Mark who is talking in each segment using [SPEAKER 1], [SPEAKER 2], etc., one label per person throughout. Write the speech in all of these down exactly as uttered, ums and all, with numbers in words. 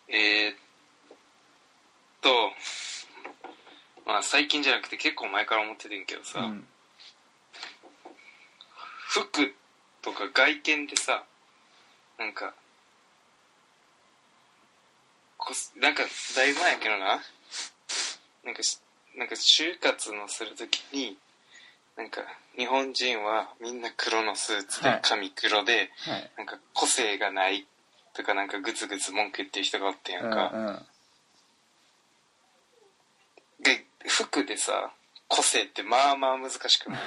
[SPEAKER 1] えー、っとまあ最近じゃなくて結構前から思っててんけどさ、うん、服とか外見でさ、なんかこなんかだいぶ前やけどな、なんかなんか就活のするときに、なんか日本人はみんな黒のスーツで髪黒で、はいはい、なんか個性がないとかなんかグツグツ文句言ってる人がおってんやんか、うんうん、で服でさ個性ってまあまあ難しくない？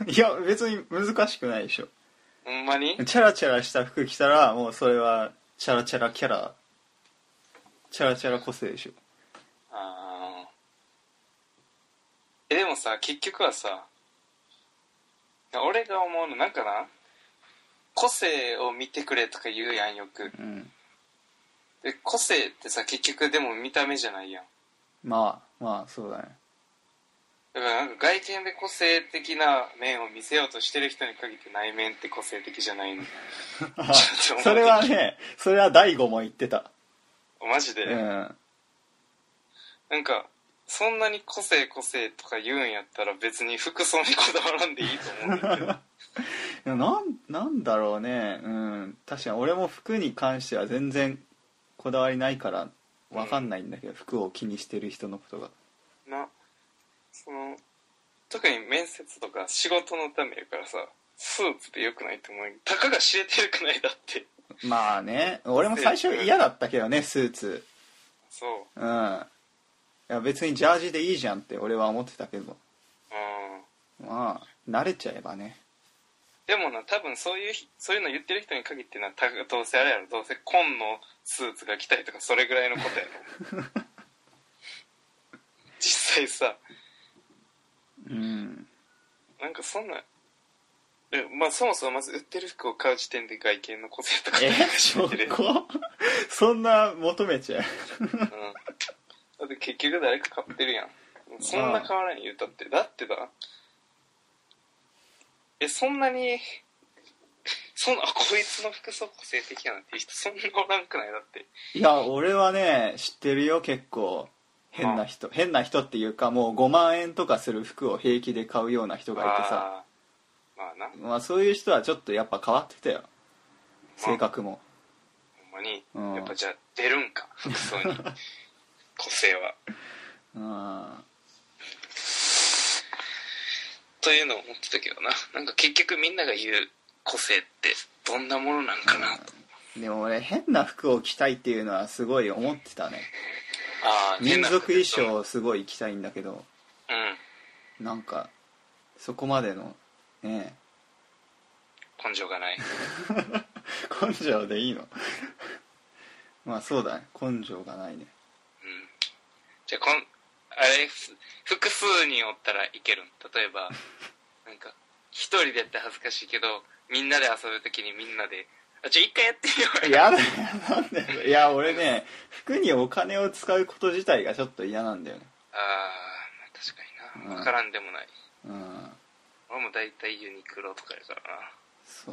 [SPEAKER 2] いや別に難しくないでしょ。
[SPEAKER 1] ほんまに？
[SPEAKER 2] チャラチャラした服着たらもうそれはチャラチャラキャラ、チャラチャラ個性でしょ。
[SPEAKER 1] ああ。えでもさ結局はさ、俺が思うのなんかな、個性を見てくれとか言うやんよく、うん、で個性ってさ結局でも見た目じゃないやん。
[SPEAKER 2] まあまあそうだね。
[SPEAKER 1] だからなんか外見で個性的な面を見せようとしてる人に限って内面って個性的じゃないの
[SPEAKER 2] それはね、それは大悟も言ってた。
[SPEAKER 1] マジで、うん、なんかそんなに個性個性とか言うんやったら別に服装にこだわらんでいいと思うんだけどい
[SPEAKER 2] や な, なんだろうね、うん、確かに俺も服に関しては全然こだわりないから分かんないんだけど、うん、服を気にしてる人のことが
[SPEAKER 1] な、その特に面接とか仕事のためやからさ、スーツでよくないと思う。たかが知れてるくないだって。
[SPEAKER 2] まあね、俺も最初嫌だったけどねスーツ。
[SPEAKER 1] そう、
[SPEAKER 2] うん、いや別にジャージでいいじゃんって俺は思ってたけど、うん、まあ慣れちゃえばね。
[SPEAKER 1] でもな、多分そういうそういうの言ってる人に限ってな、どうせあれやろ、どうせ紺のスーツが着たいとかそれぐらいのことやろ実際さ、うん、なんかそんな、まあそもそもまず売ってる服を買う時点で外見の個性とか
[SPEAKER 2] えそこそんな求めちゃううん、
[SPEAKER 1] だって結局誰か買ってるやん。そんな変わらん言うたって。だってだ、えそんなにそんなこいつの服装個性的やなっていう人そんなおらんくない？だって。
[SPEAKER 2] いや俺はね知ってるよ、結構変な人、変な人っていうかもうごまん円とかする服を平気で買うような人がいてさ、
[SPEAKER 1] あ、まあな、
[SPEAKER 2] まあそういう人はちょっとやっぱ変わってたよ、性格も。
[SPEAKER 1] ほんまに、うん、やっぱじゃあ出るんか服装に個性は。あというのを思ってたけどな。なんか結局みんなが言う個性ってどんなものなんかなと。
[SPEAKER 2] でも俺変な服を着たいっていうのはすごい思ってたね。あ、民族衣装をすごい着たいんだけど、うん、なんかそこまでのね
[SPEAKER 1] 根性がない
[SPEAKER 2] 根性でいいのまあそうだね、根性がないね。うん、
[SPEAKER 1] じゃあこんあれ複数人おったらいけるん？例えばなんか一人でやって恥ずかしいけどみんなで遊ぶときにみんなで、あ、ちょ一回やってみよう
[SPEAKER 2] やだよなんで。いや俺ね服にお金を使うこと自体がちょっと嫌なんだよね。
[SPEAKER 1] ああ確かにな、分からんでもない。うん、俺もだいたいユニクロとかやからな。そう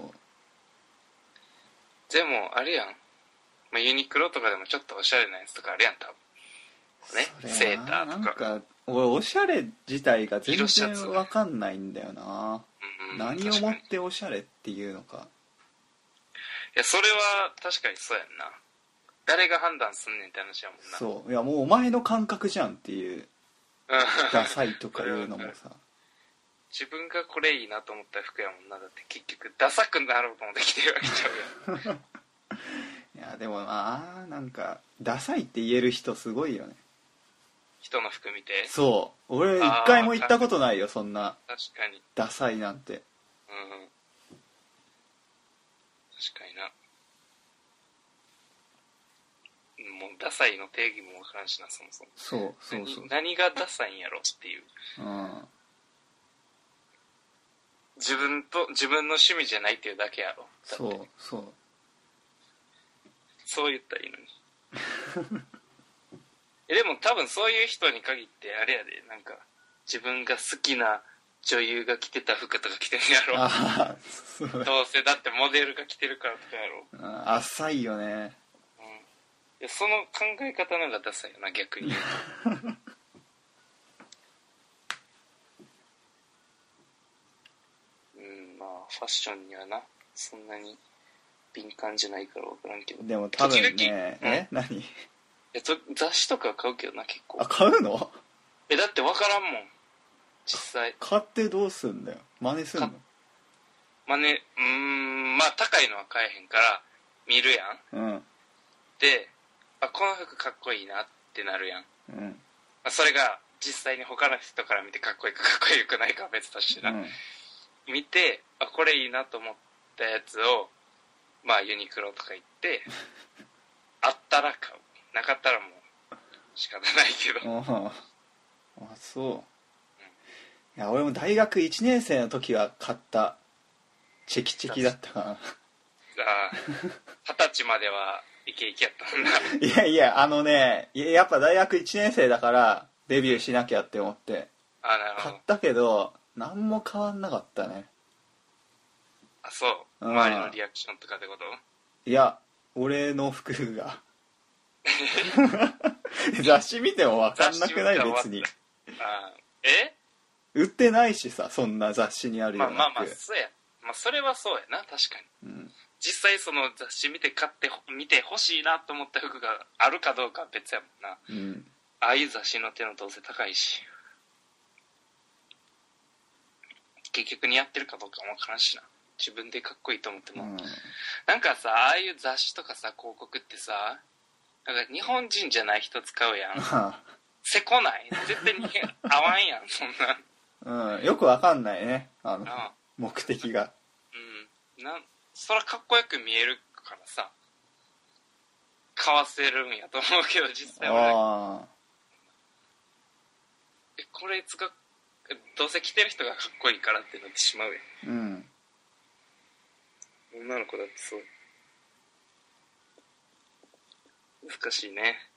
[SPEAKER 1] でもあれやん、まあ、ユニクロとかでもちょっとおしゃれなやつとかあるやん多分ね、セーターとか。なんか
[SPEAKER 2] 俺おしゃれ自体が全然分かんないんだよな、うん、何をもっておしゃれっていうのか。
[SPEAKER 1] いやそれは確かにそうやんな、誰が判断すんねんって話やもんな。
[SPEAKER 2] そう、いやもうお前の感覚じゃんっていうダサいとかいうのもさ
[SPEAKER 1] 自分がこれいいなと思った服やもんな。だって結局ダサくなろうと思って着てるわけちゃうやん
[SPEAKER 2] いやでもまあなんかダサいって言える人すごいよね。
[SPEAKER 1] 人の服見て。
[SPEAKER 2] そう俺一回も言ったことないよそんな。
[SPEAKER 1] 確かに
[SPEAKER 2] ダサいなんて。うん、
[SPEAKER 1] 確かにな。もうダサいの定義もわからんしな、そもそも。
[SPEAKER 2] そうそうそう。
[SPEAKER 1] 何, 何がダサいんやろっていう。うん。自分と自分の趣味じゃないっていうだけやろ。
[SPEAKER 2] そうそう。
[SPEAKER 1] そう言ったらいいのに。えでも多分そういう人に限ってあれやで、なんか自分が好きな女優が着てた服とか着てるやろ。あそうどうせだってモデルが着てるからとかやろ。
[SPEAKER 2] あ浅いよね。
[SPEAKER 1] やその考え方の方がダサいよな逆に言うとうんまあファッションにはなそんなに敏感じゃないから分からんけど
[SPEAKER 2] でも多分ね、
[SPEAKER 1] うん、
[SPEAKER 2] え何
[SPEAKER 1] えと雑誌とか買うけどな結構
[SPEAKER 2] あ買うの
[SPEAKER 1] えだって分からんもん実際
[SPEAKER 2] 買ってどうすんだよ真似すんの
[SPEAKER 1] 真似うーんまあ高いのは買えへんから見るやん、
[SPEAKER 2] うん、
[SPEAKER 1] であこの服かっこいいなってなるやん、
[SPEAKER 2] うん
[SPEAKER 1] まあ、それが実際に他の人から見てかっこいいかかっこよくないかは別としてな、うん、見てあこれいいなと思ったやつをまあユニクロとか行ってあったら買うなかったらもう仕方ないけど
[SPEAKER 2] ああそう、うん、いや俺も大学いちねん生の時は買ったチェキチェキだったかなあ
[SPEAKER 1] 二十歳まではイケイケやったんだ
[SPEAKER 2] いやいやあのねやっぱ大学いちねん生だからデビューしなきゃって思って
[SPEAKER 1] あなるほど
[SPEAKER 2] 買ったけど何も変わんなかったね
[SPEAKER 1] あそう周りのリアクションとかってこと
[SPEAKER 2] いや俺の服が雑誌見ても分かんなくない別に
[SPEAKER 1] あえ
[SPEAKER 2] 売ってないしさそんな雑誌にあるような服
[SPEAKER 1] まあまあまあそうやまあそれはそうやな確かに、うん、実際その雑誌見て買って見て欲しいなと思った服があるかどうかは別やもんな、うん、ああいう雑誌の手のどうせ高いし結局似合ってるかどうかも分からんしな自分でかっこいいと思っても、うん、なんかさああいう雑誌とかさ広告ってさなんか日本人じゃない人使うやんせこない絶対に合わんやんそん
[SPEAKER 2] な、うん、よくわかんないねあのああ目的が
[SPEAKER 1] うんなんそらかっこよく見えるからさ買わせるんやと思うけど実際は、ね、えこれ使うどうせ着てる人がかっこいいからってなってしまうやんうん女の子だってそう難しいね